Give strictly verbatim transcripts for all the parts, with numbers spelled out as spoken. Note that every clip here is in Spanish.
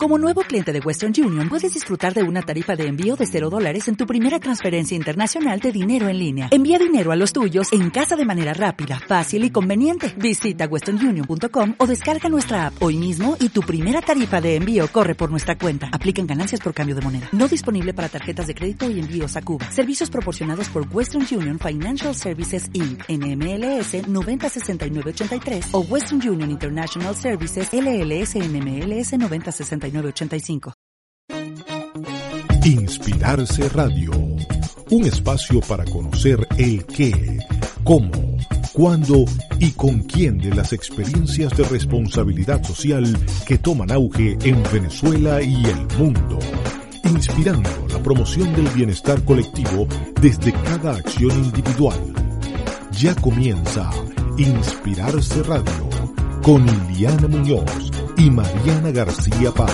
Como nuevo cliente de Western Union, puedes disfrutar de una tarifa de envío de cero dólares en tu primera transferencia internacional de dinero en línea. Envía dinero a los tuyos en casa de manera rápida, fácil y conveniente. Visita western union punto com o descarga nuestra app hoy mismo y tu primera tarifa de envío corre por nuestra cuenta. Aplican ganancias por cambio de moneda. No disponible para tarjetas de crédito y envíos a Cuba. Servicios proporcionados por Western Union Financial Services incorporated. N M L S noventa sesenta y nueve ochenta y tres o Western Union International Services L L S N M L S noventa sesenta y nueve ochenta y cinco. Inspirarse Radio, un espacio para conocer el qué, cómo, cuándo y con quién de las experiencias de responsabilidad social que toman auge en Venezuela y el mundo, inspirando la promoción del bienestar colectivo desde cada acción individual. Ya comienza Inspirarse Radio con Iliana Muñoz y Mariana García Paz.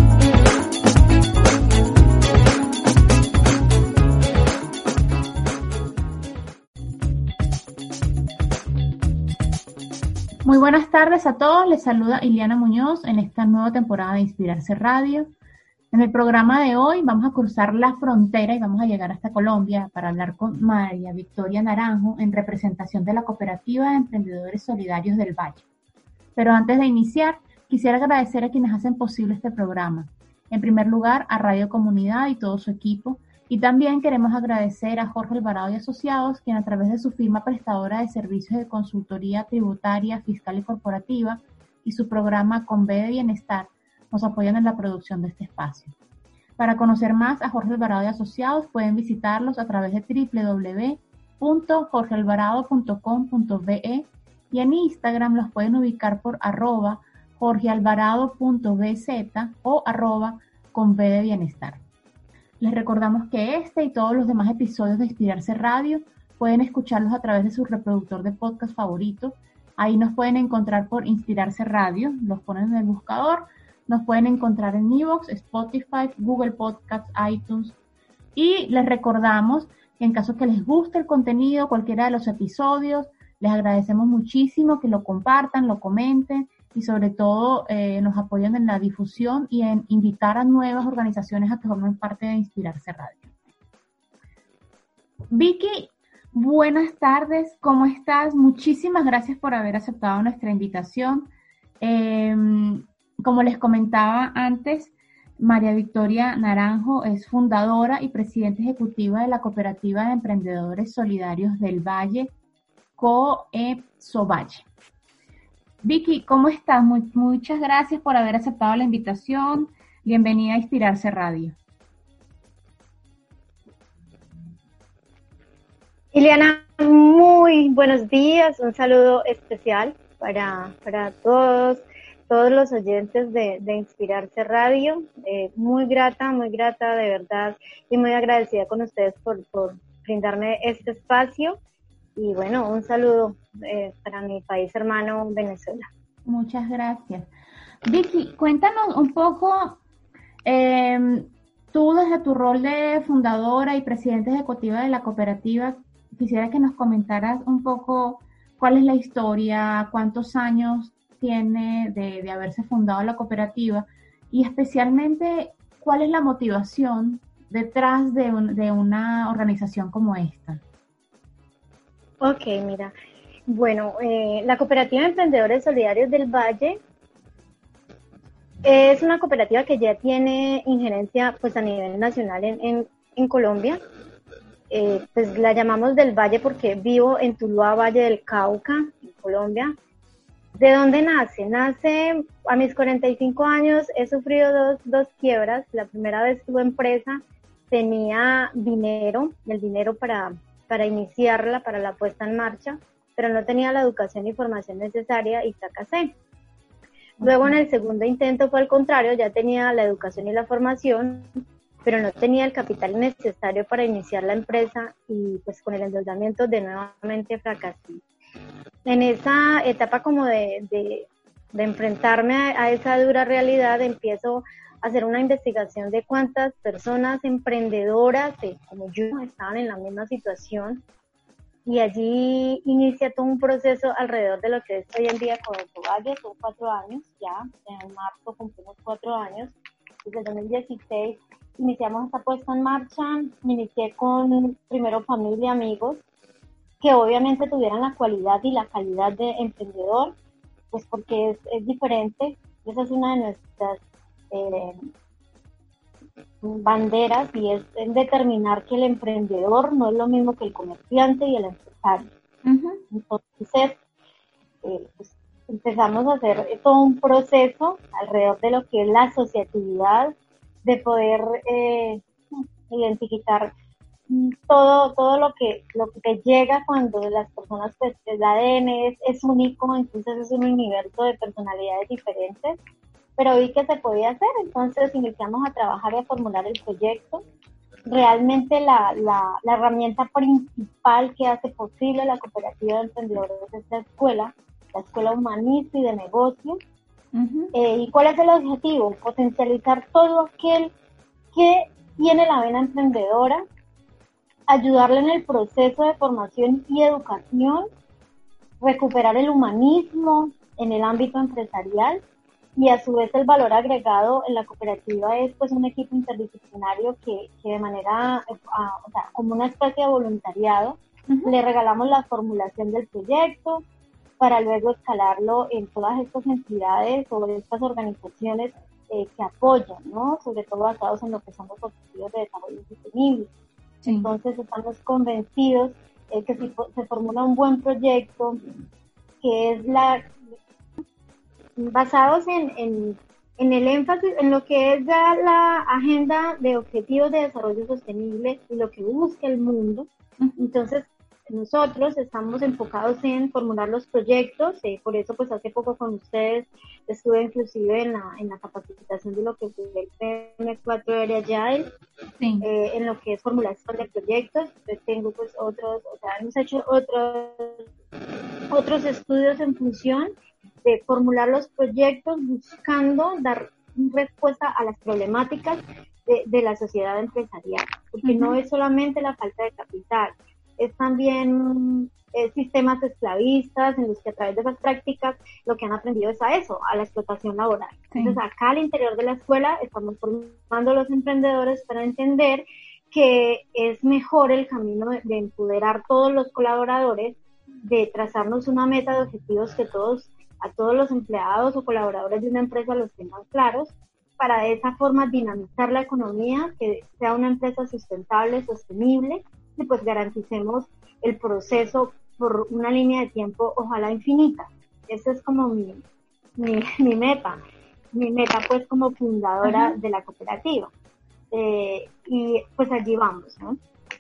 Muy buenas tardes a todos, les saluda Iliana Muñoz en esta nueva temporada de Inspirarse Radio. En el programa de hoy vamos a cruzar la frontera y vamos a llegar hasta Colombia para hablar con María Victoria Naranjo en representación de la Cooperativa de Emprendedores Solidarios del Valle. Pero antes de iniciar, quisiera agradecer a quienes hacen posible este programa. En primer lugar, a Radio Comunidad y todo su equipo. Y también queremos agradecer a Jorge Alvarado y Asociados, quien a través de su firma prestadora de servicios de consultoría tributaria, fiscal y corporativa y su programa Con B de Bienestar, nos apoyan en la producción de este espacio. Para conocer más a Jorge Alvarado y Asociados, pueden visitarlos a través de doble u doble u doble u punto jorge alvarado punto com punto be y en Instagram los pueden ubicar por arroba jorgealvarado.bz o arroba con B de Bienestar. Les recordamos que este y todos los demás episodios de Inspirarse Radio pueden escucharlos a través de su reproductor de podcast favorito. Ahí nos pueden encontrar por Inspirarse Radio, los ponen en el buscador. Nos pueden encontrar en iVoox, Spotify, Google Podcasts, iTunes. Y les recordamos que en caso que les guste el contenido, cualquiera de los episodios, les agradecemos muchísimo que lo compartan, lo comenten y sobre todo eh, nos apoyen en la difusión y en invitar a nuevas organizaciones a que formen parte de Inspirarse Radio. Vicky, buenas tardes, ¿cómo estás? Muchísimas gracias por haber aceptado nuestra invitación. Eh, como les comentaba antes, María Victoria Naranjo es fundadora y presidenta ejecutiva de la Cooperativa de Emprendedores Solidarios del Valle, COEPSOVALLE. Vicky, ¿cómo estás? Muy, muchas gracias por haber aceptado la invitación. Bienvenida a Inspirarse Radio. Iliana, muy buenos días. Un saludo especial para, para todos, todos los oyentes de, de Inspirarse Radio. Eh, muy grata, muy grata de verdad y muy agradecida con ustedes por, por brindarme este espacio. Y bueno, un saludo eh, para mi país hermano Venezuela. Muchas gracias. Vicky, cuéntanos un poco, eh, tú desde tu rol de fundadora y presidenta ejecutiva de la cooperativa, quisiera que nos comentaras un poco cuál es la historia, cuántos años tiene de, de haberse fundado la cooperativa y especialmente cuál es la motivación detrás de, un, de una organización como esta. Ok, mira, bueno, eh, la Cooperativa de Emprendedores Solidarios del Valle es una cooperativa que ya tiene injerencia pues a nivel nacional en, en, en Colombia. Eh, pues la llamamos del Valle porque vivo en Tuluá, Valle del Cauca, en Colombia. ¿De dónde nace? Nace a mis cuarenta y cinco años, he sufrido dos, dos quiebras. La primera vez tuve empresa, tenía dinero, el dinero para... para iniciarla, para la puesta en marcha, pero no tenía la educación y formación necesaria y fracasé. Luego en el segundo intento fue al contrario, ya tenía la educación y la formación, pero no tenía el capital necesario para iniciar la empresa y pues con el endeudamiento de nuevamente fracasé. En esa etapa como de, de, de enfrentarme a, a esa dura realidad, empiezo hacer una investigación de cuántas personas emprendedoras eh, como yo estaban en la misma situación y allí inicia todo un proceso alrededor de lo que es hoy en día COEPSOVALLE. Son cuatro años ya, en marzo cumplimos cuatro años desde el dos mil dieciséis iniciamos esta puesta en marcha. Inicié con primero familia, amigos, que obviamente tuvieran la cualidad y la calidad de emprendedor, pues porque es, es diferente. Esa es una de nuestras eh, banderas, y es determinar que el emprendedor no es lo mismo que el comerciante y el empresario. Uh-huh. Entonces, eh, pues, empezamos a hacer todo un proceso alrededor de lo que es la asociatividad, de poder eh, identificar todo todo lo que lo que te llega cuando las personas, pues el A D N es, es único, entonces es un universo de personalidades diferentes, pero vi que se podía hacer, entonces iniciamos a trabajar y a formular el proyecto. Realmente la, la, la herramienta principal que hace posible la cooperativa de emprendedores es la escuela, la escuela humanista y de negocios. Uh-huh. Eh, ¿Y cuál es el objetivo? Potencializar todo aquel que tiene la vena emprendedora, ayudarle en el proceso de formación y educación, recuperar el humanismo en el ámbito empresarial, y a su vez el valor agregado en la cooperativa es pues un equipo interdisciplinario que, que de manera, uh, o sea, como una especie de voluntariado, uh-huh, le regalamos la formulación del proyecto para luego escalarlo en todas estas entidades o estas organizaciones eh, que apoyan, ¿no? Sobre todo basados en lo que son los objetivos de desarrollo sostenible. Sí. Entonces estamos convencidos eh, que si se formula un buen proyecto, que es la basados en, en, en el énfasis, en lo que es ya la agenda de objetivos de desarrollo sostenible y lo que busca el mundo. Uh-huh. Entonces nosotros estamos enfocados en formular los proyectos, eh, por eso pues hace poco con ustedes estuve inclusive en la, en la capacitación de lo que es el P M cuatro R Agile, sí, eh, en lo que es formulación de proyectos. Yo tengo pues otros, o sea, hemos hecho otros, otros estudios en función de formular los proyectos buscando dar respuesta a las problemáticas de, de la sociedad empresarial, porque uh-huh, no es solamente la falta de capital, es también eh, sistemas esclavistas en los que a través de esas prácticas lo que han aprendido es a eso, a la explotación laboral. Sí. Entonces acá al interior de la escuela estamos formando a los emprendedores para entender que es mejor el camino de, de empoderar todos los colaboradores, de trazarnos una meta de objetivos que todos, a todos los empleados o colaboradores de una empresa los tengan claros, para de esa forma dinamizar la economía, que sea una empresa sustentable, sostenible, y pues garanticemos el proceso por una línea de tiempo ojalá infinita. Esa es como mi, mi, mi meta, mi meta pues como fundadora, uh-huh, de la cooperativa. Eh, y pues allí vamos, ¿no?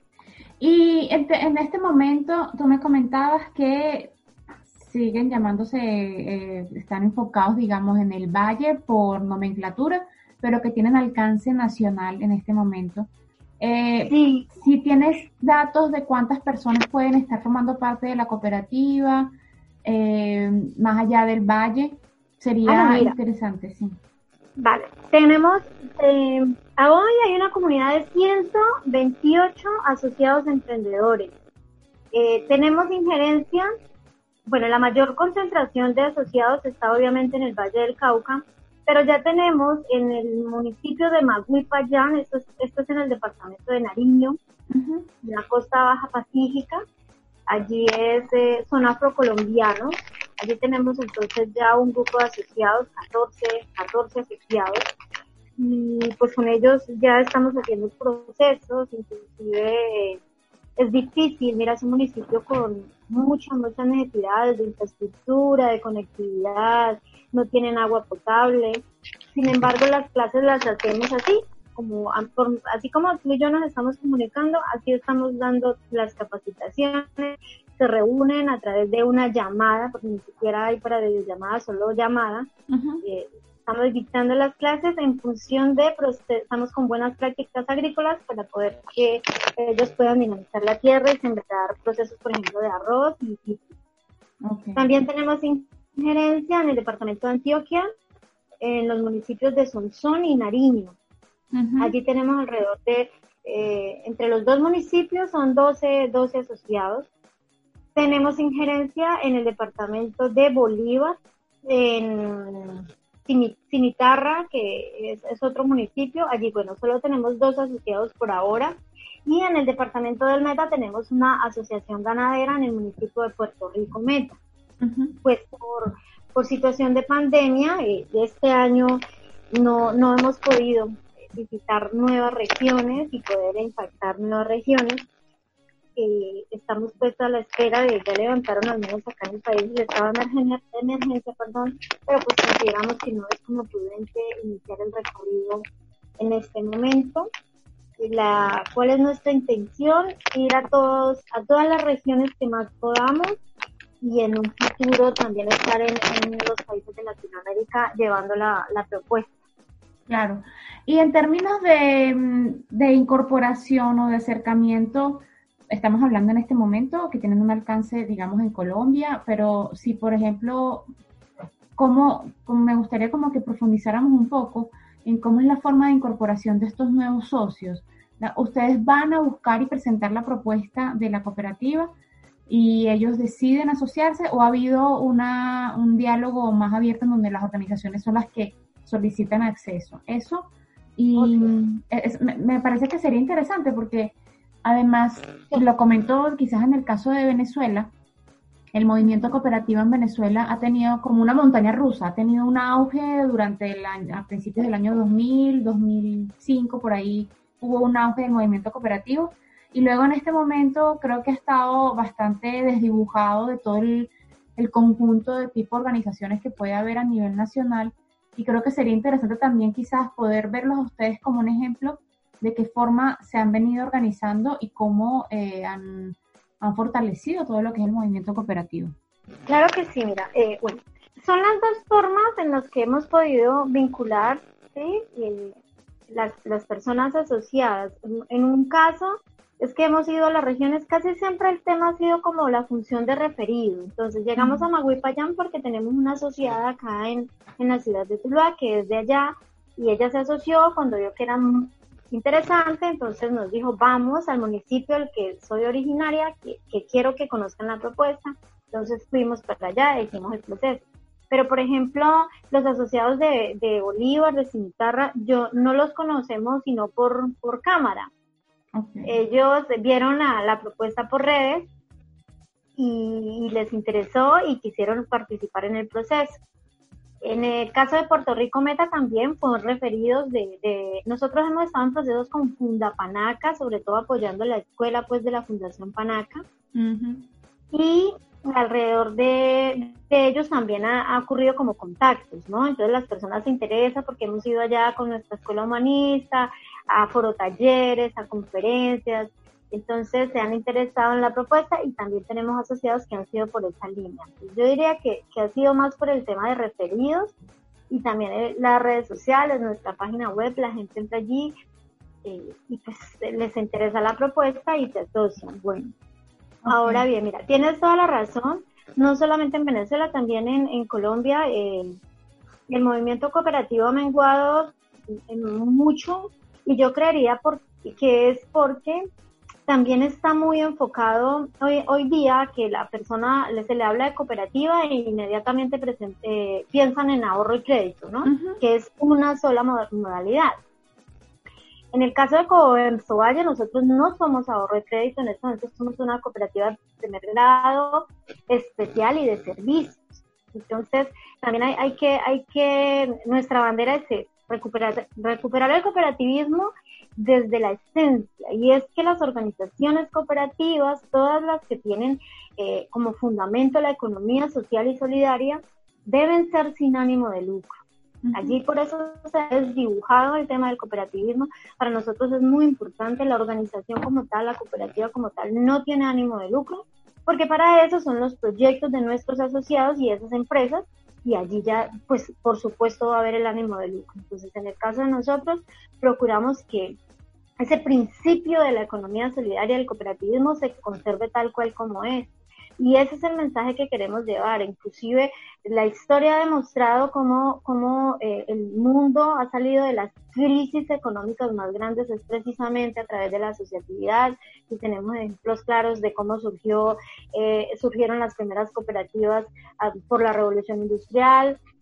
Y en, en este momento tú me comentabas que siguen llamándose, eh, están enfocados digamos en el Valle por nomenclatura, pero que tienen alcance nacional en este momento. Eh, sí. Si tienes datos de cuántas personas pueden estar formando parte de la cooperativa, eh, más allá del Valle, sería ah, interesante, sí. Vale, tenemos, eh, hoy hay una comunidad de ciento veintiocho asociados emprendedores. Eh, tenemos injerencia, bueno, la mayor concentración de asociados está obviamente en el Valle del Cauca, pero ya tenemos en el municipio de Maguipayán, esto es, esto es en el departamento de Nariño, uh-huh, en la costa baja pacífica, allí es eh, son afrocolombianos, allí tenemos entonces ya un grupo de asociados, catorce asociados, y pues con ellos ya estamos haciendo procesos, inclusive eh, es difícil, mira, es un municipio con muchas, muchas necesidades de infraestructura, de conectividad, no tienen agua potable. Sin embargo, las clases las hacemos así, como así como tú y yo nos estamos comunicando, así estamos dando las capacitaciones, se reúnen a través de una llamada, porque ni siquiera hay para videollamada, solo llamada. Uh-huh. Eh, estamos dictando las clases en función de, estamos con buenas prácticas agrícolas para poder que ellos puedan dinamizar la tierra y sembrar procesos, por ejemplo, de arroz y, y okay. También tenemos injerencia en el departamento de Antioquia, en los municipios de Sonsón y Nariño. Uh-huh. Allí tenemos alrededor de, eh, entre los dos municipios son doce, doce asociados. Tenemos injerencia en el departamento de Bolívar, en Cimitarra, que es, es otro municipio. Allí, bueno, solo tenemos dos asociados por ahora. Y en el departamento del Meta tenemos una asociación ganadera en el municipio de Puerto Rico Meta. Uh-huh. Pues por, por situación de pandemia, eh, de este año no, no hemos podido visitar nuevas regiones y poder impactar nuevas regiones. Eh, estamos pues a la espera de, ya levantaron al menos acá en el país el estado de emergencia, emergencia perdón, pero pues consideramos que no es como prudente iniciar el recorrido en este momento. La, ¿Cuál es nuestra intención? Ir a todos, a todas las regiones que más podamos y en un futuro también estar en, en los países de Latinoamérica llevando la, la propuesta. Claro. Y en términos de, de incorporación o de acercamiento, estamos hablando en este momento que tienen un alcance, digamos, en Colombia, pero si, por ejemplo, cómo, cómo me gustaría como que profundizáramos un poco en cómo es la forma de incorporación de estos nuevos socios. Ustedes van a buscar y presentar la propuesta de la cooperativa y ellos deciden asociarse, o ha habido una, un diálogo más abierto en donde las organizaciones son las que solicitan acceso. Eso, y okay. es, me, me parece que sería interesante porque además, lo comento quizás en el caso de Venezuela, el movimiento cooperativo en Venezuela ha tenido como una montaña rusa, ha tenido un auge durante el año, a principios del año dos mil, dos mil cinco, por ahí hubo un auge del movimiento cooperativo, y luego en este momento creo que ha estado bastante desdibujado de todo el, el conjunto de tipo de organizaciones que puede haber a nivel nacional, y creo que sería interesante también quizás poder verlos a ustedes como un ejemplo de qué forma se han venido organizando y cómo eh, han, han fortalecido todo lo que es el movimiento cooperativo. Claro que sí, mira, eh, bueno, son las dos formas en las que hemos podido vincular, ¿sí? El, las, las personas asociadas. En, en un caso es que hemos ido a las regiones, casi siempre el tema ha sido como la función de referido. Entonces llegamos a Maguipayán porque tenemos una asociada acá en, en la ciudad de Tuluá que es de allá, y ella se asoció cuando vio que era interesante, entonces nos dijo, vamos al municipio del que soy originaria, que, que quiero que conozcan la propuesta. Entonces fuimos para allá e hicimos el proceso. Pero, por ejemplo, los asociados de, de Bolívar, de Cimitarra, yo no los conocemos sino por, por cámara. Okay. Ellos vieron la, la propuesta por redes y, y les interesó y quisieron participar en el proceso. En el caso de Puerto Rico Meta también fueron referidos de, de, nosotros hemos estado en procesos con Funda Panaca, sobre todo apoyando la escuela pues de la Fundación Panaca, uh-huh. y alrededor de, de ellos también ha, ha ocurrido como contactos, ¿no? Entonces las personas se interesan porque hemos ido allá con nuestra escuela humanista, a forotalleres, a conferencias. Entonces se han interesado en la propuesta y también tenemos asociados que han sido por esa línea. Yo diría que, que ha sido más por el tema de referidos y también las redes sociales, nuestra página web, la gente entra allí eh, y pues les interesa la propuesta y se asocian. Bueno, okay. Ahora bien, mira, tienes toda la razón, no solamente en Venezuela, también en, en Colombia eh, el movimiento cooperativo ha menguado en mucho, y yo creería por, que es porque también está muy enfocado hoy, hoy día que la persona se le habla de cooperativa e inmediatamente presente, eh, piensan en ahorro y crédito, ¿no? Uh-huh. Que es una sola modalidad. En el caso de Covenso Valle, nosotros no somos ahorro y crédito, en este momento somos una cooperativa de primer grado especial y de servicios. Entonces, también hay, hay que, hay que, nuestra bandera es recuperar, recuperar el cooperativismo desde la esencia, y es que las organizaciones cooperativas, todas las que tienen eh, como fundamento la economía social y solidaria, deben ser sin ánimo de lucro. Uh-huh. Allí por eso se ha desdibujado el tema del cooperativismo. Para nosotros es muy importante la organización como tal, la cooperativa como tal, no tiene ánimo de lucro, porque para eso son los proyectos de nuestros asociados y esas empresas, y allí ya, pues, por supuesto va a haber el ánimo de lucro. Entonces, en el caso de nosotros, procuramos que ese principio de la economía solidaria del cooperativismo se conserve tal cual como es. Y ese es el mensaje que queremos llevar. Inclusive la historia ha demostrado cómo, cómo eh, el mundo ha salido de las crisis económicas más grandes es precisamente a través de la asociatividad, y tenemos ejemplos claros de cómo surgió, eh, surgieron las primeras cooperativas a, por la revolución industrial,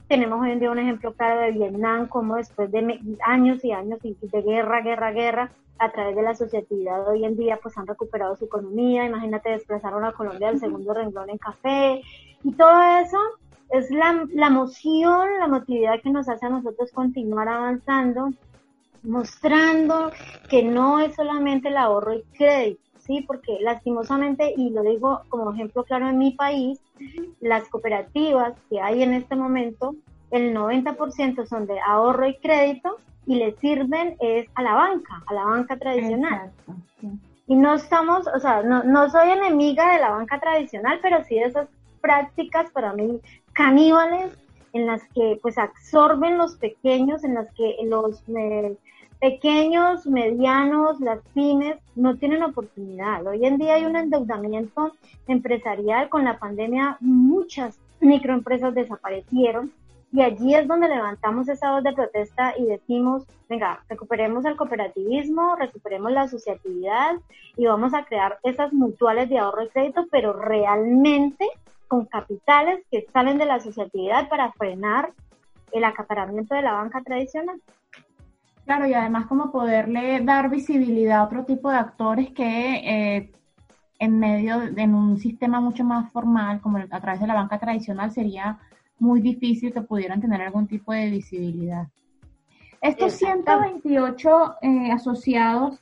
Tenemos hoy en día un ejemplo claro de Vietnam, como después de años y años de guerra, guerra, guerra, a través de la asociatividad hoy en día pues han recuperado su economía. Imagínate, desplazaron a Colombia del segundo renglón en café, y todo eso es la, la emoción, la motividad que nos hace a nosotros continuar avanzando, mostrando que no es solamente el ahorro y crédito, ¿sí? Porque lastimosamente, y lo digo como ejemplo claro en mi país, las cooperativas que hay en este momento, el noventa por ciento son de ahorro y crédito y le sirven es a la banca, a la banca tradicional. Exacto, sí. Y no estamos, o sea, no, no soy enemiga de la banca tradicional, pero sí de esas prácticas para mí caníbales en las que pues absorben los pequeños, en las que los eh, pequeños, medianos, las pymes no tienen oportunidad. Hoy en día hay un endeudamiento empresarial. Con la pandemia muchas microempresas desaparecieron y allí es donde levantamos esa voz de protesta y decimos, venga, recuperemos el cooperativismo, recuperemos la asociatividad y vamos a crear esas mutuales de ahorro y crédito, pero realmente con capitales que salen de la asociatividad para frenar el acaparamiento de la banca tradicional. Claro, y además como poderle dar visibilidad a otro tipo de actores que eh, en medio, de, en un sistema mucho más formal, como el, a través de la banca tradicional, sería muy difícil que pudieran tener algún tipo de visibilidad. Estos ciento veintiocho eh, asociados,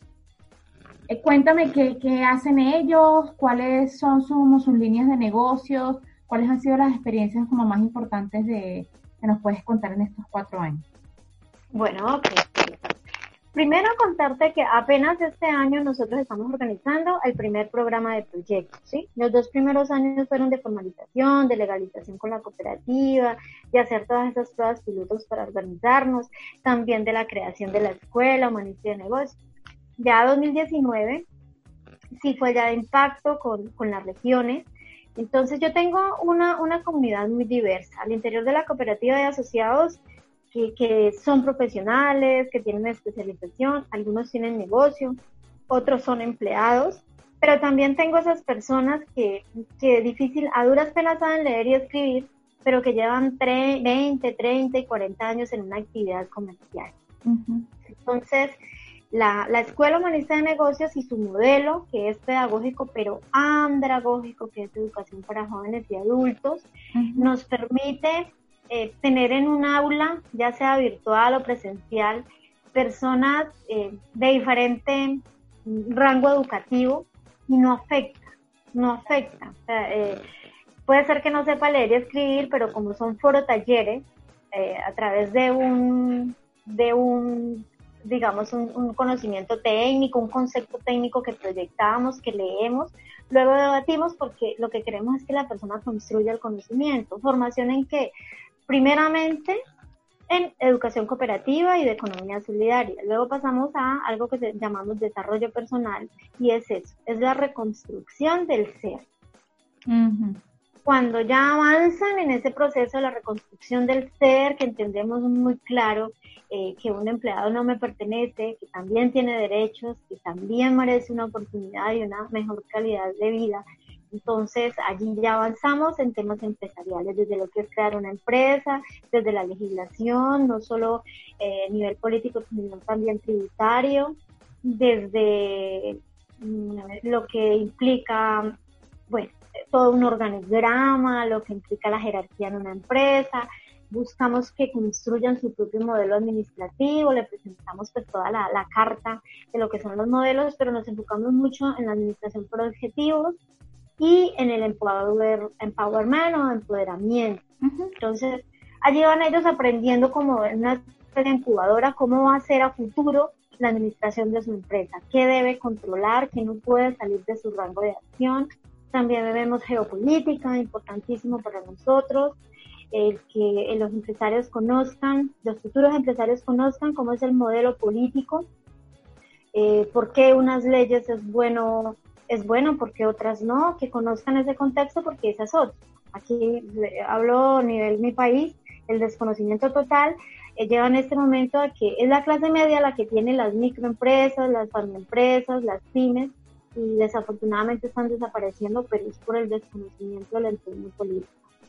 eh, cuéntame qué, qué hacen ellos, cuáles son sus, sus líneas de negocios, cuáles han sido las experiencias como más importantes de, que nos puedes contar en estos cuatro años. Bueno, ok. Primero contarte que apenas este año nosotros estamos organizando el primer programa de proyectos, ¿sí? Los dos primeros años fueron de formalización, de legalización con la cooperativa, de hacer todas esas pruebas pilotos para organizarnos, también de la creación de la escuela, humanista de negocios. Ya dos mil diecinueve sí fue ya de impacto con, con las regiones. Entonces yo tengo una, una comunidad muy diversa. Al interior de la cooperativa de asociados Que, que son profesionales, que tienen especialización, algunos tienen negocio, otros son empleados, pero también tengo esas personas que, que difícil, a duras penas saben leer y escribir, pero que llevan tre- veinte, treinta y cuarenta años en una actividad comercial. Uh-huh. Entonces, la, la Escuela Humanista de Negocios y su modelo, que es pedagógico, pero andragógico, que es educación para jóvenes y adultos, uh-huh. nos permite Eh, tener en un aula, ya sea virtual o presencial, personas eh, de diferente rango educativo y no afecta, no afecta. O sea, eh, puede ser que no sepa leer y escribir, pero como son foro talleres, eh, a través de un, de un digamos, un, un conocimiento técnico, un concepto técnico que proyectamos, que leemos, luego debatimos porque lo que queremos es que la persona construya el conocimiento. ¿Formación en qué? Primeramente en educación cooperativa y de economía solidaria. Luego pasamos a algo que llamamos desarrollo personal y es eso, es la reconstrucción del ser. Uh-huh. Cuando ya avanzan en ese proceso de la reconstrucción del ser, que entendemos muy claro eh, que un empleado no me pertenece, que también tiene derechos, que también merece una oportunidad y una mejor calidad de vida, entonces allí ya avanzamos en temas empresariales, desde lo que es crear una empresa, desde la legislación, no solo eh, a nivel político, sino también tributario, desde mm, lo que implica, bueno, todo un organigrama, lo que implica la jerarquía en una empresa. Buscamos que construyan su propio modelo administrativo, le presentamos pues toda la, la carta de lo que son los modelos, pero nos enfocamos mucho en la administración por objetivos y en el empower, empowerment o empoderamiento. Uh-huh. Entonces, allí van ellos aprendiendo como en una especie de incubadora cómo va a ser a futuro la administración de su empresa, qué debe controlar, qué no puede salir de su rango de acción. También vemos geopolítica, importantísimo para nosotros, el que los empresarios conozcan, los futuros empresarios conozcan cómo es el modelo político, eh, por qué unas leyes es bueno, es bueno, por qué otras no, que conozcan ese contexto porque esa es otra. Aquí hablo a nivel de mi país, el desconocimiento total eh, lleva en este momento a que es la clase media la que tiene las microempresas, las farmaempresas, las pymes, y desafortunadamente están desapareciendo, pero es por el desconocimiento del entorno político.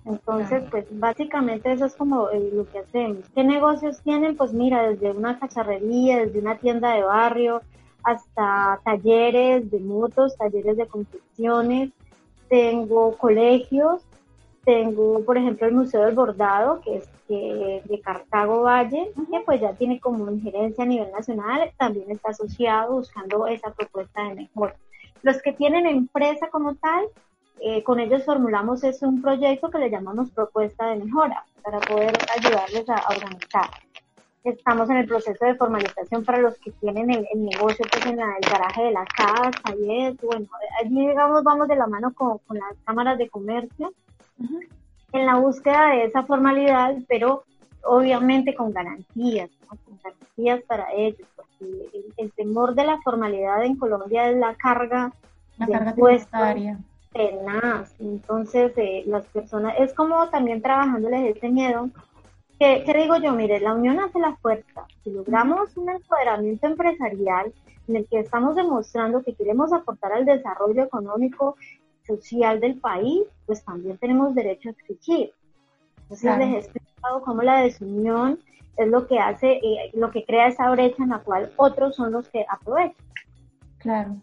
Entonces, pues básicamente eso es como eh, lo que hacemos. ¿Qué negocios tienen? Pues mira, desde una cacharrería, desde una tienda de barrio, hasta talleres de motos, talleres de confecciones, tengo colegios, tengo, por ejemplo, el Museo del Bordado, que es que, de Cartago Valle, uh-huh. que pues ya tiene como injerencia a nivel nacional, también está asociado buscando esa propuesta de mejora. Los que tienen empresa como tal, eh, con ellos formulamos es un proyecto que le llamamos propuesta de mejora, para poder ayudarles a, a organizar. Estamos en el proceso de formalización para los que tienen el, el negocio pues en la, el garaje de la casa y eso, bueno, allí digamos vamos de la mano con, con las cámaras de comercio, uh-huh. en la búsqueda de esa formalidad, pero obviamente con garantías, ¿no? Con garantías para ellos, porque el, el temor de la formalidad en Colombia es la carga la de carga tributaria tenaz. Entonces eh, las personas, es como también trabajándoles ese miedo. ¿Qué, ¿Qué digo yo? Mire, la unión hace la fuerza. Si logramos un empoderamiento empresarial en el que estamos demostrando que queremos aportar al desarrollo económico, social del país, pues también tenemos derecho a exigir. Entonces claro. les he explicado cómo la desunión es lo que hace, eh, lo que crea esa brecha en la cual otros son los que aprovechan. Claro.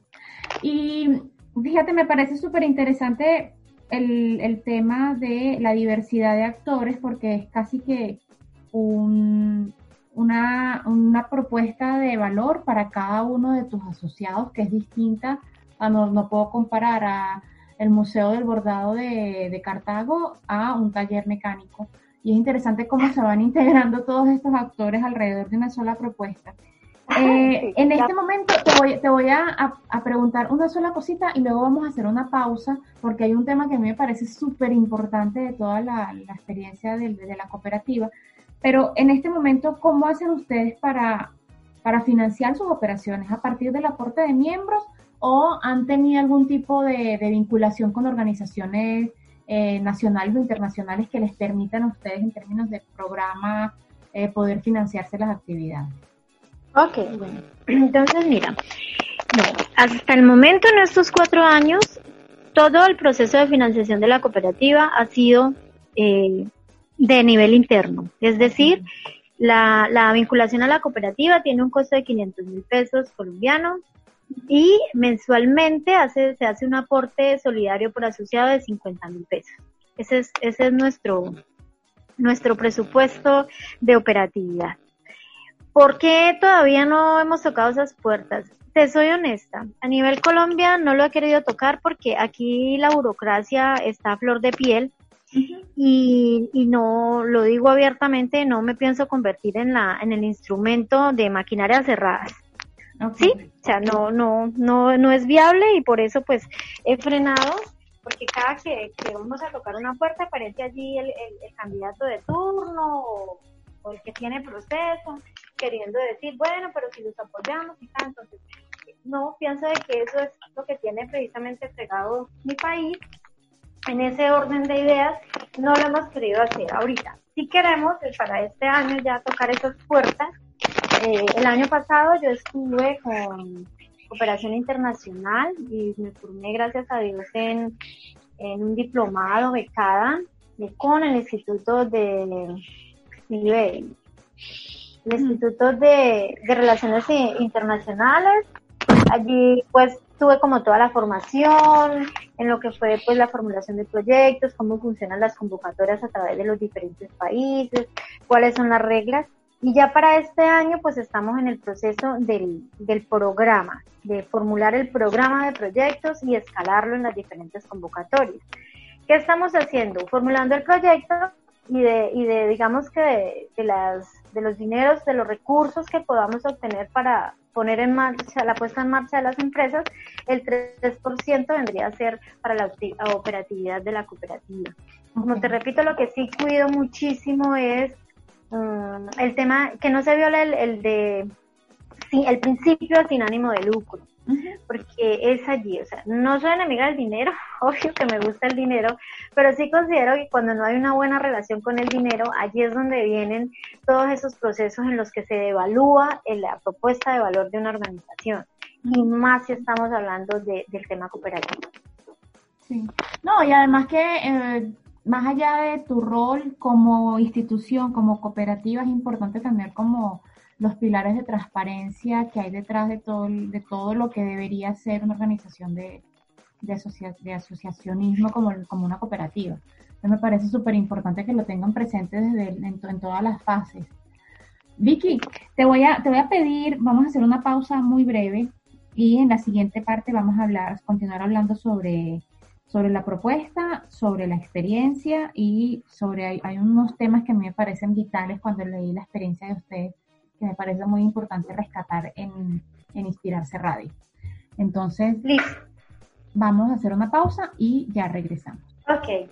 Y fíjate, me parece súper interesante el, el tema de la diversidad de actores, porque es casi que un, una, una propuesta de valor para cada uno de tus asociados que es distinta. A, no, no puedo comparar a el Museo del Bordado de, de Cartago a un taller mecánico. Y es interesante cómo se van integrando todos estos actores alrededor de una sola propuesta. Eh, en este momento te voy, te voy a, a, a preguntar una sola cosita y luego vamos a hacer una pausa, porque hay un tema que a mí me parece súper importante de toda la, la experiencia de, de la cooperativa. Pero en este momento, ¿cómo hacen ustedes para, para financiar sus operaciones? ¿A partir del aporte de miembros o han tenido algún tipo de, de vinculación con organizaciones eh, nacionales o internacionales que les permitan a ustedes en términos de programa eh, poder financiarse las actividades? Ok, bueno, entonces mira, bueno, hasta el momento en estos cuatro años, todo el proceso de financiación de la cooperativa ha sido eh, de nivel interno, es decir, la, la vinculación a la cooperativa tiene un costo de quinientos mil pesos colombianos y mensualmente hace, se hace un aporte solidario por asociado de cincuenta mil pesos. Ese es, ese es nuestro, nuestro presupuesto de operatividad. ¿Por qué todavía no hemos tocado esas puertas? Te soy honesta, a nivel Colombia no lo he querido tocar porque aquí la burocracia está a flor de piel uh-huh. y, y no, lo digo abiertamente, no me pienso convertir en la en el instrumento de maquinarias cerradas. Okay. Sí, o sea, no, no, no, no es viable y por eso pues he frenado, porque cada que, que vamos a tocar una puerta aparece allí el, el, el candidato de turno o, o el que tiene proceso, queriendo decir, bueno, pero si los apoyamos y tal, entonces, no, pienso de que eso es lo que tiene precisamente fregado mi país, en ese orden de ideas, no lo hemos querido hacer ahorita. Si queremos, para este año ya tocar esas puertas. Eh, el año pasado yo estuve con Cooperación Internacional y me formé, gracias a Dios, en, en un diplomado becada con el Instituto de Nivel. El Instituto de, de Relaciones Internacionales. Allí pues tuve como toda la formación en lo que fue pues la formulación de proyectos, cómo funcionan las convocatorias a través de los diferentes países, cuáles son las reglas. Y ya para este año pues estamos en el proceso del, del programa, de formular el programa de proyectos y escalarlo en las diferentes convocatorias. ¿Qué estamos haciendo? Formulando el proyecto y de, y de digamos que de, de las de los dineros, de los recursos que podamos obtener para poner en marcha, la puesta en marcha de las empresas, el tres por ciento vendría a ser para la operatividad de la cooperativa. Como okay. te repito, lo que sí cuido muchísimo es um, el tema, que no se viole el, el de, sí, el principio sin ánimo de lucro. Porque es allí, o sea, no soy enemiga del dinero, obvio que me gusta el dinero, pero sí considero que cuando no hay una buena relación con el dinero, allí es donde vienen todos esos procesos en los que se devalúa la propuesta de valor de una organización, y más si estamos hablando de, del tema cooperativo. Sí, no, y además que eh, más allá de tu rol como institución, como cooperativa, es importante tener como los pilares de transparencia que hay detrás de todo, de todo lo que debería ser una organización de, de, asocia, de asociacionismo como, como una cooperativa. Entonces me parece súper importante que lo tengan presente desde el, en, en todas las fases. Vicky, te voy a, te voy a pedir, vamos a hacer una pausa muy breve y en la siguiente parte vamos a hablar, continuar hablando sobre, sobre la propuesta, sobre la experiencia y sobre, hay, hay unos temas que a mí me parecen vitales cuando leí la experiencia de ustedes, que me parece muy importante rescatar en, en Inspirarse Radio. Entonces, listo. Vamos a hacer una pausa y ya regresamos. Ok.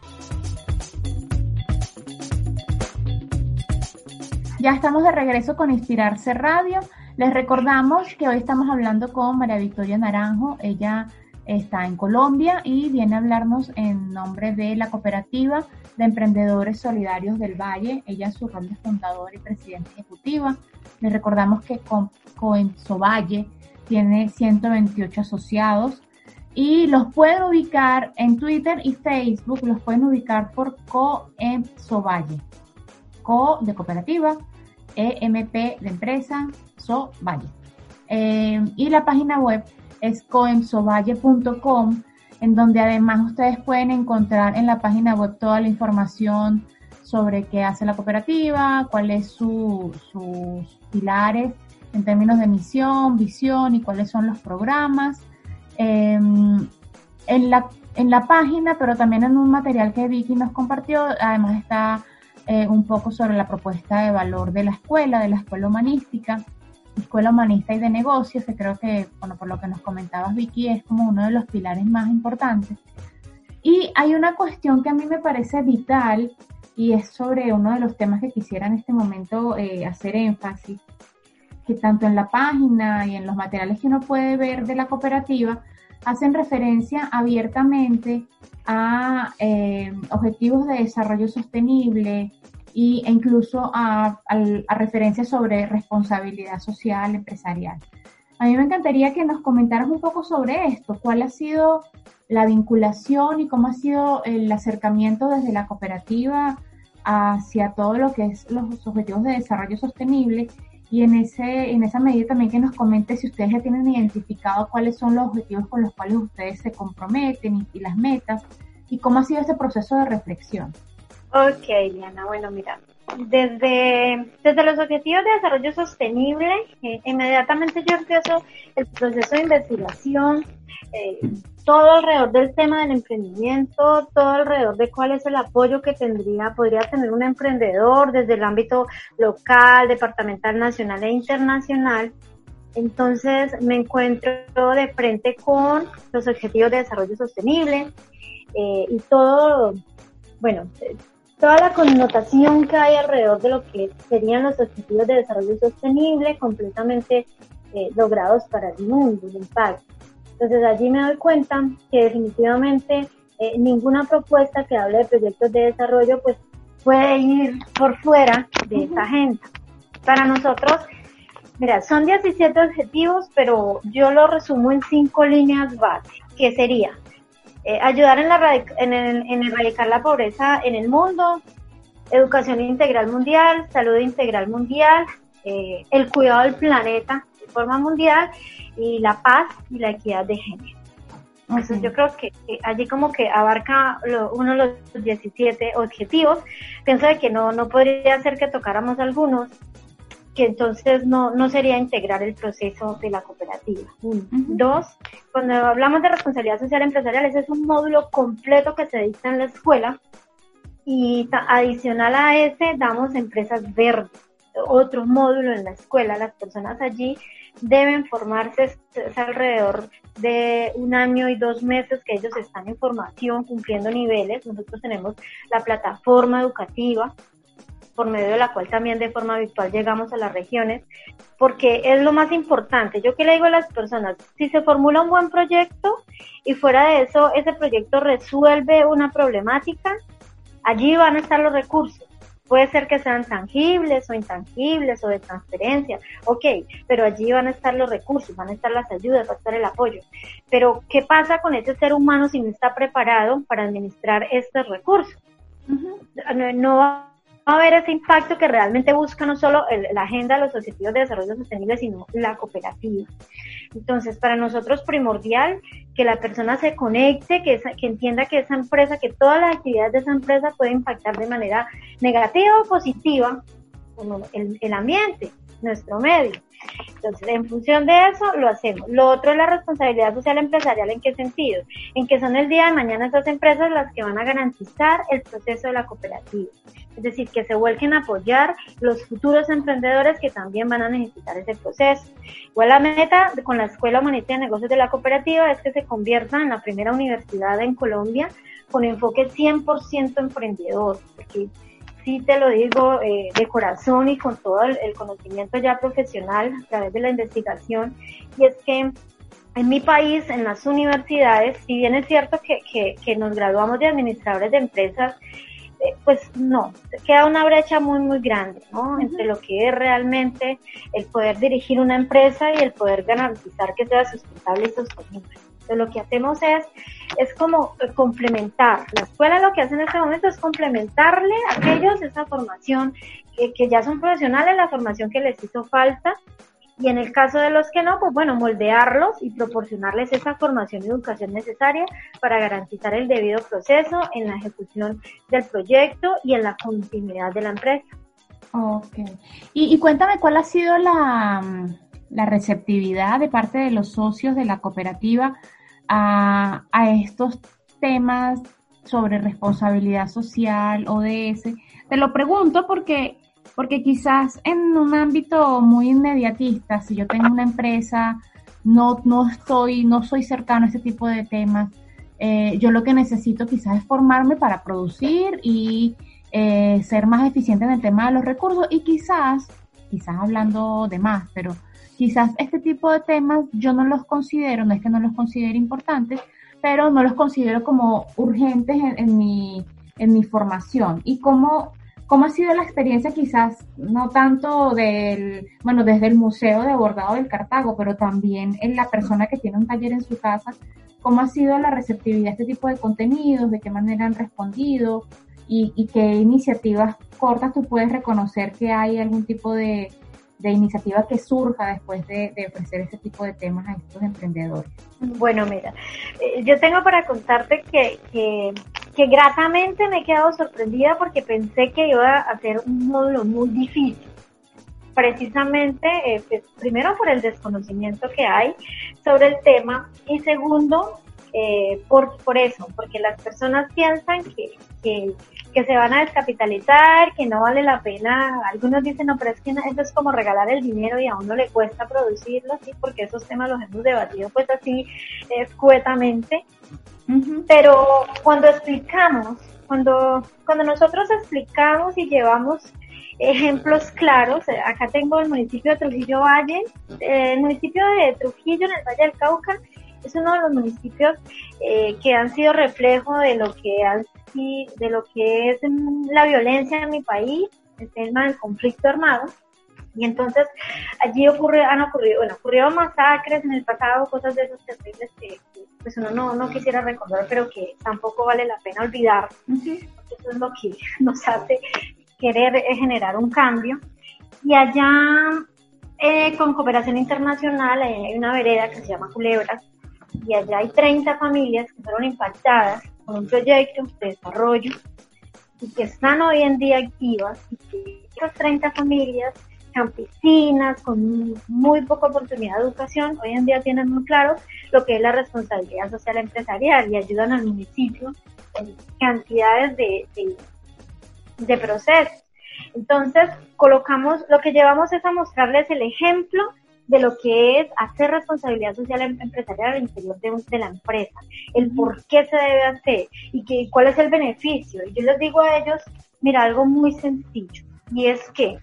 Ya estamos de regreso con Inspirarse Radio. Les recordamos que hoy estamos hablando con María Victoria Naranjo. Ella está en Colombia y viene a hablarnos en nombre de la Cooperativa de Emprendedores Solidarios del Valle. Ella es su rol de fundadora y presidenta ejecutiva. Les recordamos que Coemsovalle tiene ciento veintiocho asociados y los pueden ubicar en Twitter y Facebook, los pueden ubicar por Coemsovalle. Co de cooperativa, E M P de empresa, So Valle. Eh, y la página web es coemsovalle punto com, en donde además ustedes pueden encontrar en la página web toda la información sobre qué hace la cooperativa, cuáles su, sus pilares en términos de misión, visión y cuáles son los programas. Eh, en la, en la página, pero también en un material que Vicky nos compartió, además está Eh, un poco sobre la propuesta de valor de la escuela, de la escuela humanística, escuela humanista y de negocios, que creo que, bueno, por lo que nos comentabas, Vicky, es como uno de los pilares más importantes. Y hay una cuestión que a mí me parece vital y es sobre uno de los temas que quisiera en este momento eh, hacer énfasis, que tanto en la página y en los materiales que uno puede ver de la cooperativa hacen referencia abiertamente a eh, objetivos de desarrollo sostenible y, e incluso a, a, a referencias sobre responsabilidad social empresarial. A mí me encantaría que nos comentaras un poco sobre esto, cuál ha sido la vinculación y cómo ha sido el acercamiento desde la cooperativa hacia todo lo que es los objetivos de desarrollo sostenible. Y en ese en esa medida también que nos comente si ustedes ya tienen identificado cuáles son los objetivos con los cuales ustedes se comprometen y, y las metas, y cómo ha sido este proceso de reflexión. Ok, Diana, bueno, mira, desde, desde los Objetivos de Desarrollo Sostenible, eh, inmediatamente yo empiezo el proceso de investigación, eh, todo alrededor del tema del emprendimiento, todo alrededor de cuál es el apoyo que tendría, podría tener un emprendedor desde el ámbito local, departamental, nacional e internacional. Entonces me encuentro de frente con los Objetivos de Desarrollo Sostenible eh, y todo, bueno, toda la connotación que hay alrededor de lo que serían los Objetivos de Desarrollo Sostenible completamente eh, logrados para el mundo, el impacto. Entonces allí me doy cuenta que definitivamente eh, ninguna propuesta que hable de proyectos de desarrollo pues puede ir por fuera de esta agenda. Para nosotros, mira, son diecisiete objetivos, pero yo lo resumo en cinco líneas base, que sería eh, ayudar en, la radic- en, el, en erradicar la pobreza en el mundo, educación integral mundial, salud integral mundial, eh, el cuidado del planeta de forma mundial, y la paz y la equidad de género. Entonces okay. Yo creo que, que allí como que abarca lo, uno de los diecisiete objetivos. Pienso de que no, no podría ser que tocáramos algunos, que entonces no, no sería integrar el proceso de la cooperativa. Uno. Uh-huh. Dos, cuando hablamos de responsabilidad social empresarial, ese es un módulo completo que se dicta en la escuela, y ta- adicional a ese damos empresas verdes, otro módulo en la escuela. Las personas allí deben formarse, es alrededor de un año y dos meses que ellos están en formación, cumpliendo niveles. Nosotros tenemos la plataforma educativa, por medio de la cual también de forma virtual llegamos a las regiones, porque es lo más importante. Yo que le digo a las personas, si se formula un buen proyecto y fuera de eso ese proyecto resuelve una problemática, allí van a estar los recursos, puede ser que sean tangibles o intangibles o de transferencia, ok, pero allí van a estar los recursos, van a estar las ayudas, va a estar el apoyo. Pero, ¿qué pasa con ese ser humano si no está preparado para administrar estos recursos? Uh-huh. No, no va a haber ese impacto que realmente busca no solo el, la agenda de los objetivos de desarrollo sostenible, sino la cooperativa. Entonces, para nosotros es primordial que la persona se conecte, que, esa, que entienda que esa empresa, que todas las actividades de esa empresa pueden impactar de manera negativa o positiva como el, el ambiente, nuestro medio. Entonces, en función de eso, lo hacemos. Lo otro es la responsabilidad social empresarial. ¿En qué sentido? En que son el día de mañana esas empresas las que van a garantizar el proceso de la cooperativa. Es decir, que se vuelquen a apoyar los futuros emprendedores que también van a necesitar ese proceso. Igual la meta con la Escuela Humanista de Negocios de la Cooperativa es que se convierta en la primera universidad en Colombia con enfoque cien por ciento emprendedor, porque sí te lo digo eh, de corazón y con todo el, el conocimiento ya profesional a través de la investigación, y es que en mi país, en las universidades, si bien es cierto que, que, que nos graduamos de administradores de empresas, eh, pues no, queda una brecha muy muy grande, ¿no? Uh-huh. Entre lo que es realmente el poder dirigir una empresa y el poder garantizar que sea sustentable y sostenible. Entonces, lo que hacemos es, es como complementar. La escuela lo que hace en este momento es complementarle a aquellos esa formación que, que ya son profesionales, la formación que les hizo falta, y en el caso de los que no, pues bueno, moldearlos y proporcionarles esa formación y educación necesaria para garantizar el debido proceso en la ejecución del proyecto y en la continuidad de la empresa. Ok. Y, y cuéntame cuál ha sido la, la receptividad de parte de los socios de la cooperativa a, a estos temas sobre responsabilidad social, O D S. Te lo pregunto porque porque quizás en un ámbito muy inmediatista, si yo tengo una empresa, no no estoy no soy cercano a este tipo de temas, eh, yo lo que necesito quizás es formarme para producir y eh, ser más eficiente en el tema de los recursos, y quizás, quizás hablando de más, pero quizás este tipo de temas yo no los considero, no es que no los considere importantes, pero no los considero como urgentes en, en mi en mi formación. Y cómo ¿Cómo ha sido la experiencia quizás, no tanto del, bueno, desde el Museo de Bordado del Cartago, pero también en la persona que tiene un taller en su casa? ¿Cómo ha sido la receptividad a este tipo de contenidos? ¿De qué manera han respondido? ¿Y, y qué iniciativas cortas tú puedes reconocer que hay algún tipo de, de iniciativa que surja después de, de ofrecer ese tipo de temas a estos emprendedores? Bueno, mira, eh, yo tengo para contarte que... que... que gratamente me he quedado sorprendida porque pensé que iba a ser un módulo muy difícil, precisamente, eh, pues, primero por el desconocimiento que hay sobre el tema, y segundo, eh, por, por eso, porque las personas piensan que, que, que se van a descapitalizar, que no vale la pena. Algunos dicen, no, pero es que eso es como regalar el dinero y a uno le cuesta producirlo, sí, porque esos temas los hemos debatido pues así escuetamente. Uh-huh. Pero cuando explicamos, cuando cuando nosotros explicamos y llevamos ejemplos claros, acá tengo el municipio de Trujillo Valle, el municipio de Trujillo en el Valle del Cauca es uno de los municipios eh, que han sido reflejo de lo que han, de lo que es la violencia en mi país, el tema del conflicto armado. Y entonces allí ocurre, han ocurrido, bueno, ocurrieron masacres en el pasado, cosas de esos terribles que, que pues uno no, no quisiera recordar, pero que tampoco vale la pena olvidar, uh-huh. Porque eso es lo que nos hace querer eh, generar un cambio. Y allá, eh, con cooperación internacional, eh, hay una vereda que se llama Culebras, y allá hay treinta familias que fueron impactadas con un proyecto de desarrollo y que están hoy en día activas, y que esas treinta familias campesinas con muy poca oportunidad de educación, hoy en día tienen muy claro lo que es la responsabilidad social empresarial y ayudan al municipio en cantidades de, de, de procesos. Entonces, colocamos, lo que llevamos es a mostrarles el ejemplo de lo que es hacer responsabilidad social empresarial al interior de, de la empresa, el por qué se debe hacer y que, cuál es el beneficio. Y yo les digo a ellos, mira, algo muy sencillo, y es que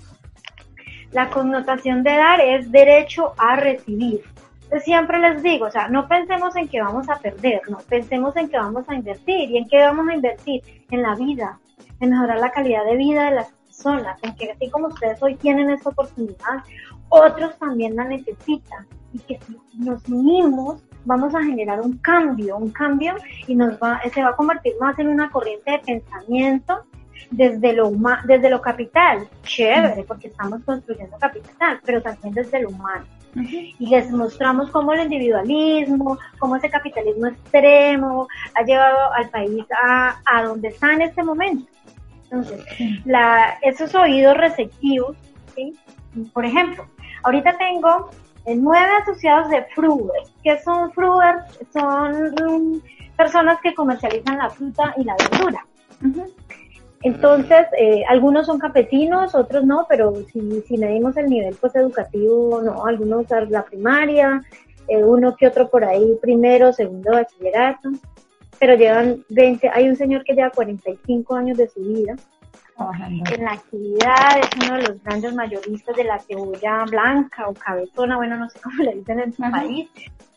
la connotación de dar es derecho a recibir. Entonces siempre les digo, o sea, no pensemos en que vamos a perder, no, pensemos en que vamos a invertir. ¿Y en qué vamos a invertir? En la vida, en mejorar la calidad de vida de las personas, en que así como ustedes hoy tienen esta oportunidad, otros también la necesitan, y que si nos unimos vamos a generar un cambio, un cambio y nos va, se va a convertir más en una corriente de pensamiento desde lo huma, desde lo capital, chévere, porque estamos construyendo capital, pero también desde lo humano. Uh-huh. Y les mostramos cómo el individualismo, cómo ese capitalismo extremo ha llevado al país a, a donde está en este momento. Entonces, la, esos oídos receptivos, ¿sí? Por ejemplo, ahorita tengo nueve asociados de Fruver. ¿Qué son Fruver? Son um, personas que comercializan la fruta y la verdura. Uh-huh. Entonces, eh, algunos son campesinos, otros no, pero si, si medimos el nivel pues educativo, no, algunos la primaria, eh, uno que otro por ahí primero, segundo bachillerato, pero llevan veinte, hay un señor que lleva cuarenta y cinco años de su vida trabajando en la actividad, es uno de los grandes mayoristas de la cebolla blanca o cabezona, bueno, no sé cómo le dicen en su Ajá. país.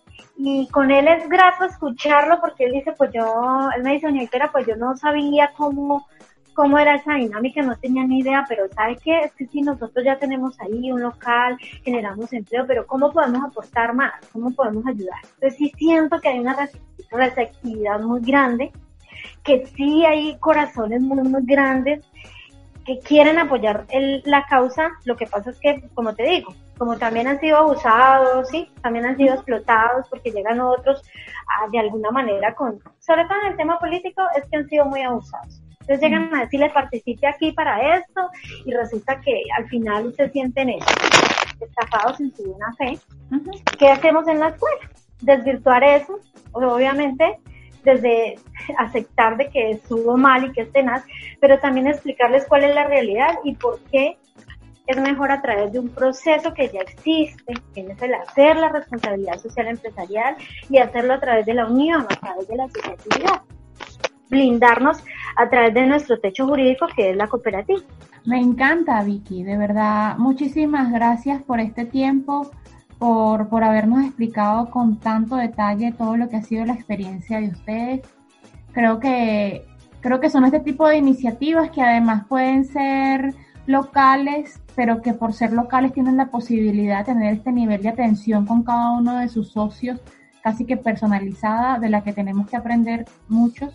Y con él es grato escucharlo porque él dice, pues yo, él me dice, doña Itera, pues yo no sabía cómo cómo era esa dinámica, no tenía ni idea, pero ¿sabe qué? Es que si nosotros ya tenemos ahí un local, generamos empleo, pero ¿cómo podemos aportar más? ¿Cómo podemos ayudar? Entonces sí siento que hay una receptividad muy grande, que sí hay corazones muy, muy grandes que quieren apoyar el, la causa. Lo que pasa es que, como te digo, como también han sido abusados, sí, también han sido explotados porque llegan otros a, de alguna manera con, sobre todo en el tema político, es que han sido muy abusados. Entonces llegan a decirle, participe aquí para esto, y resulta que al final se sienten ellos, estafados en su buena fe. Uh-huh. ¿Qué hacemos en la escuela? Desvirtuar eso, obviamente, desde aceptar de que estuvo mal y que es tenaz, pero también explicarles cuál es la realidad y por qué es mejor a través de un proceso que ya existe, que es el hacer la responsabilidad social empresarial y hacerlo a través de la unión, a través de la asociatividad. Blindarnos a través de nuestro techo jurídico, que es la cooperativa. Me encanta, Vicky, de verdad, muchísimas gracias por este tiempo, por, por habernos explicado con tanto detalle todo lo que ha sido la experiencia de ustedes. Creo que, creo que son este tipo de iniciativas que además pueden ser locales, pero que por ser locales tienen la posibilidad de tener este nivel de atención con cada uno de sus socios, casi que personalizada, de la que tenemos que aprender muchos,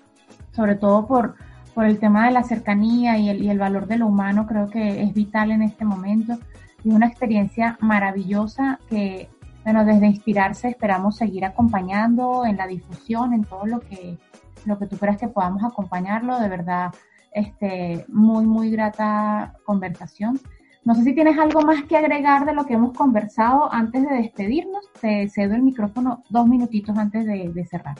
sobre todo por, por el tema de la cercanía y el, y el valor de lo humano. Creo que es vital en este momento y una experiencia maravillosa que, bueno, desde Inspirarse esperamos seguir acompañando en la difusión, en todo lo que, lo que tú creas que podamos acompañarlo. De verdad, este, muy, muy grata conversación. No sé si tienes algo más que agregar de lo que hemos conversado antes de despedirnos. Te cedo el micrófono dos minutitos antes de, de cerrar.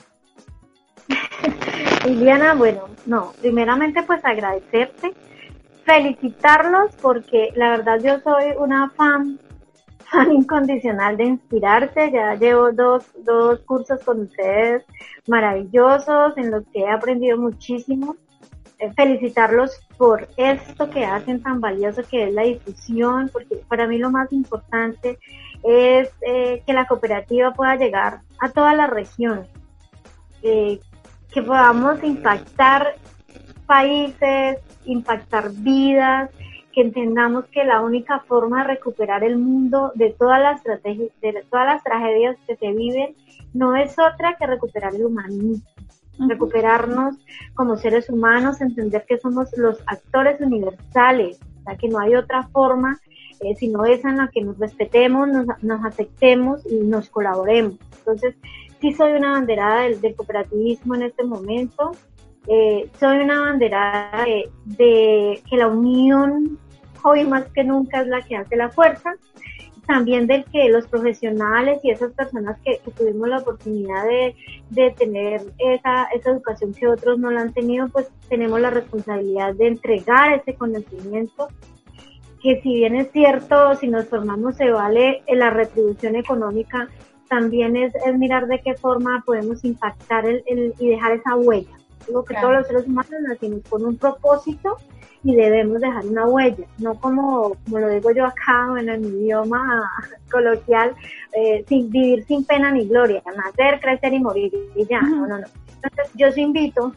Liliana, bueno, no, primeramente pues agradecerte, felicitarlos porque la verdad yo soy una fan, fan incondicional de Inspirarse. Ya llevo dos, dos cursos con ustedes maravillosos en los que he aprendido muchísimo. Eh, felicitarlos por esto que hacen tan valioso que es la difusión, porque para mí lo más importante es eh, que la cooperativa pueda llegar a todas las regiones. Eh, que podamos impactar países, impactar vidas, que entendamos que la única forma de recuperar el mundo de todas las estrategias, de todas las tragedias que se viven, no es otra que recuperar el humanismo, uh-huh. recuperarnos como seres humanos, entender que somos los actores universales, o sea, que no hay otra forma eh, sino esa en la que nos respetemos, nos, nos aceptemos y nos colaboremos. Entonces, sí soy una abanderada del, del cooperativismo en este momento, eh, soy una abanderada de, de que la unión hoy más que nunca es la que hace la fuerza, también del que los profesionales y esas personas que, que tuvimos la oportunidad de, de tener esa, esa educación que otros no la han tenido, pues tenemos la responsabilidad de entregar ese conocimiento, que si bien es cierto, si nos formamos se vale la retribución económica, también es, es mirar de qué forma podemos impactar el, el, y dejar esa huella. Digo que claro. Todos los seres humanos nacimos con un propósito y debemos dejar una huella, no como, como lo digo yo acá, bueno, en mi idioma coloquial, eh, sin vivir sin pena ni gloria, nacer, crecer y morir, y ya, uh-huh. no, no, no. Entonces yo os invito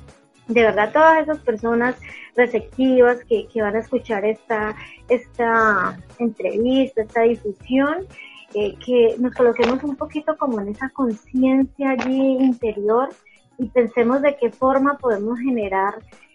de verdad todas esas personas receptivas que, que van a escuchar esta, esta entrevista, esta difusión, eh, que nos coloquemos un poquito como en esa conciencia allí interior y pensemos de qué forma podemos generar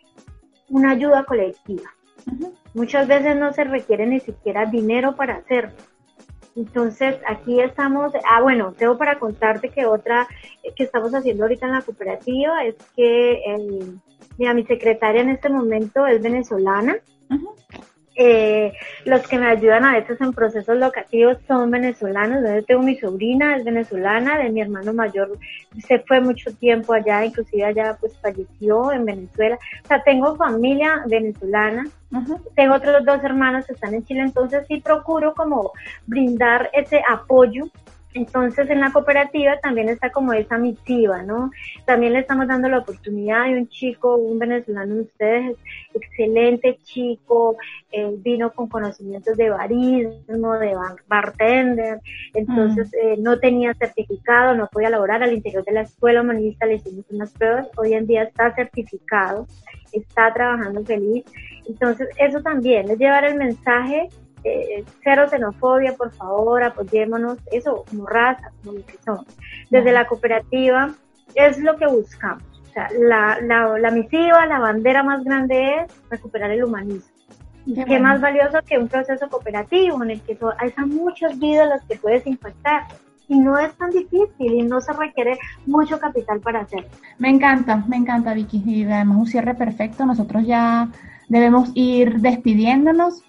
una ayuda colectiva. Uh-huh. Muchas veces no se requiere ni siquiera dinero para hacerlo. Entonces, aquí estamos, ah, bueno, tengo para contarte que otra que estamos haciendo ahorita en la cooperativa es que, el, mira, mi secretaria en este momento es venezolana. Uh-huh. Eh, los que me ayudan a veces en procesos locativos son venezolanos. Yo tengo mi sobrina, es venezolana, de mi hermano mayor se fue mucho tiempo allá, inclusive allá pues falleció en Venezuela. O sea, tengo familia venezolana. Uh-huh. Tengo otros dos hermanos que están en Chile, entonces sí procuro como brindar ese apoyo. Entonces en la cooperativa también está como esa misiva, ¿no? También le estamos dando la oportunidad de un chico, un venezolano de ustedes, excelente chico, eh, vino con conocimientos de barismo, de bartender, entonces mm. eh, no tenía certificado, no podía laborar. Al interior de la escuela humanista le hicimos unas pruebas, hoy en día está certificado, está trabajando feliz. Entonces eso también es llevar el mensaje. Eh, cero xenofobia, por favor, apoyémonos, eso como raza, como lo que somos. Desde la cooperativa es lo que buscamos. O sea, la, la, la misiva, la bandera más grande es recuperar el humanismo. Qué, Qué bueno. Más valioso que un proceso cooperativo en el que hay muchas vidas las que puedes impactar. Y no es tan difícil y no se requiere mucho capital para hacerlo. Me encanta, me encanta, Vicky. Y además un cierre perfecto. Nosotros ya debemos ir despidiéndonos.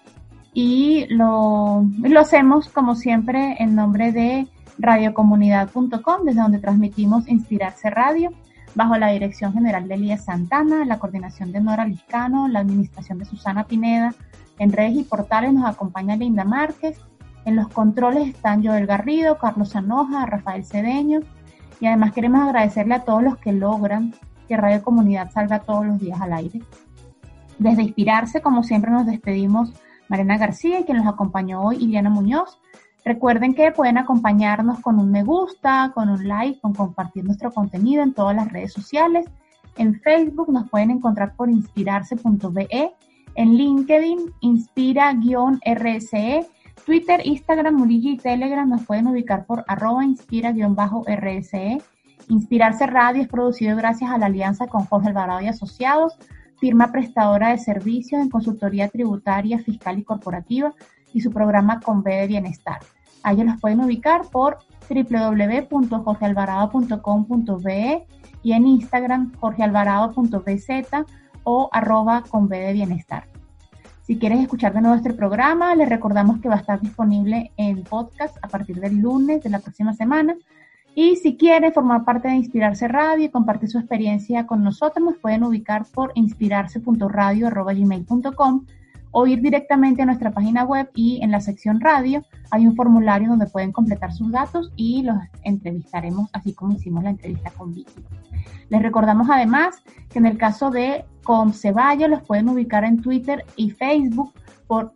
Y lo, lo hacemos, como siempre, en nombre de radio comunidad punto com, desde donde transmitimos Inspirarse Radio, bajo la dirección general de Elías Santana, la coordinación de Nora Liscano, la administración de Susana Pineda. En redes y portales nos acompaña Linda Márquez. En los controles están Joel Garrido, Carlos Sanoja, Rafael Cedeño. Y además queremos agradecerle a todos los que logran que Radio Comunidad salga todos los días al aire. Desde Inspirarse, como siempre, nos despedimos Mariana García y quien nos acompañó hoy, Iliana Muñoz. Recuerden que pueden acompañarnos con un me gusta, con un like, con compartir nuestro contenido en todas las redes sociales. En Facebook nos pueden encontrar por inspirarse punto be, en LinkedIn, inspira-R S E, Twitter, Instagram, Muligi y Telegram nos pueden ubicar por arroba inspira-R S E. Inspirarse Radio es producido gracias a la alianza con Jorge Alvarado y Asociados, firma prestadora de servicios en consultoría tributaria, fiscal y corporativa, y su programa Con B de Bienestar. A ellos los pueden ubicar por doble u doble u doble u punto jorge alvarado punto com punto be y en Instagram jorge alvarado punto b z o arroba con B de Bienestar. Si quieres escuchar de nuevo este programa, les recordamos que va a estar disponible en podcast a partir del lunes de la próxima semana. Y si quieren formar parte de Inspirarse Radio y compartir su experiencia con nosotros, nos pueden ubicar por inspirarse punto radio arroba gmail punto com o ir directamente a nuestra página web y en la sección radio hay un formulario donde pueden completar sus datos y los entrevistaremos así como hicimos la entrevista con Vicky. Les recordamos además que en el caso de Comcevalle los pueden ubicar en Twitter y Facebook por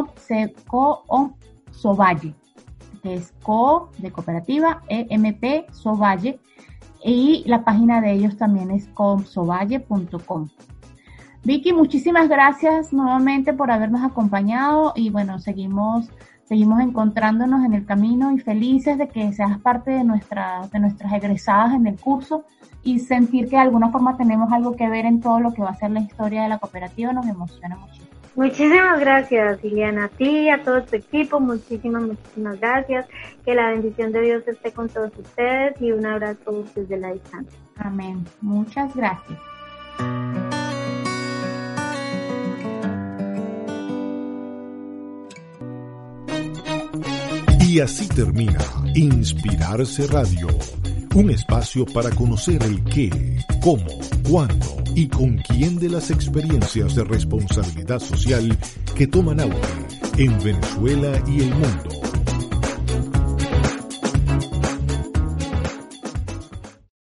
Comcevalle, que es Co de Cooperativa, E M P Sovalle, y la página de ellos también es comsovalle punto com. Vicky, muchísimas gracias nuevamente por habernos acompañado y bueno, seguimos seguimos encontrándonos en el camino y felices de que seas parte de, nuestra, de nuestras egresadas en el curso y sentir que de alguna forma tenemos algo que ver en todo lo que va a ser la historia de la cooperativa nos emociona muchísimo. Muchísimas gracias, Iliana, a ti, a todo tu equipo, muchísimas, muchísimas gracias. Que la bendición de Dios esté con todos ustedes y un abrazo desde la distancia. Amén. Muchas gracias. Y así termina Inspirarse Radio, un espacio para conocer el qué, cómo, cuándo y con quién de las experiencias de responsabilidad social que toman auge en Venezuela y el mundo.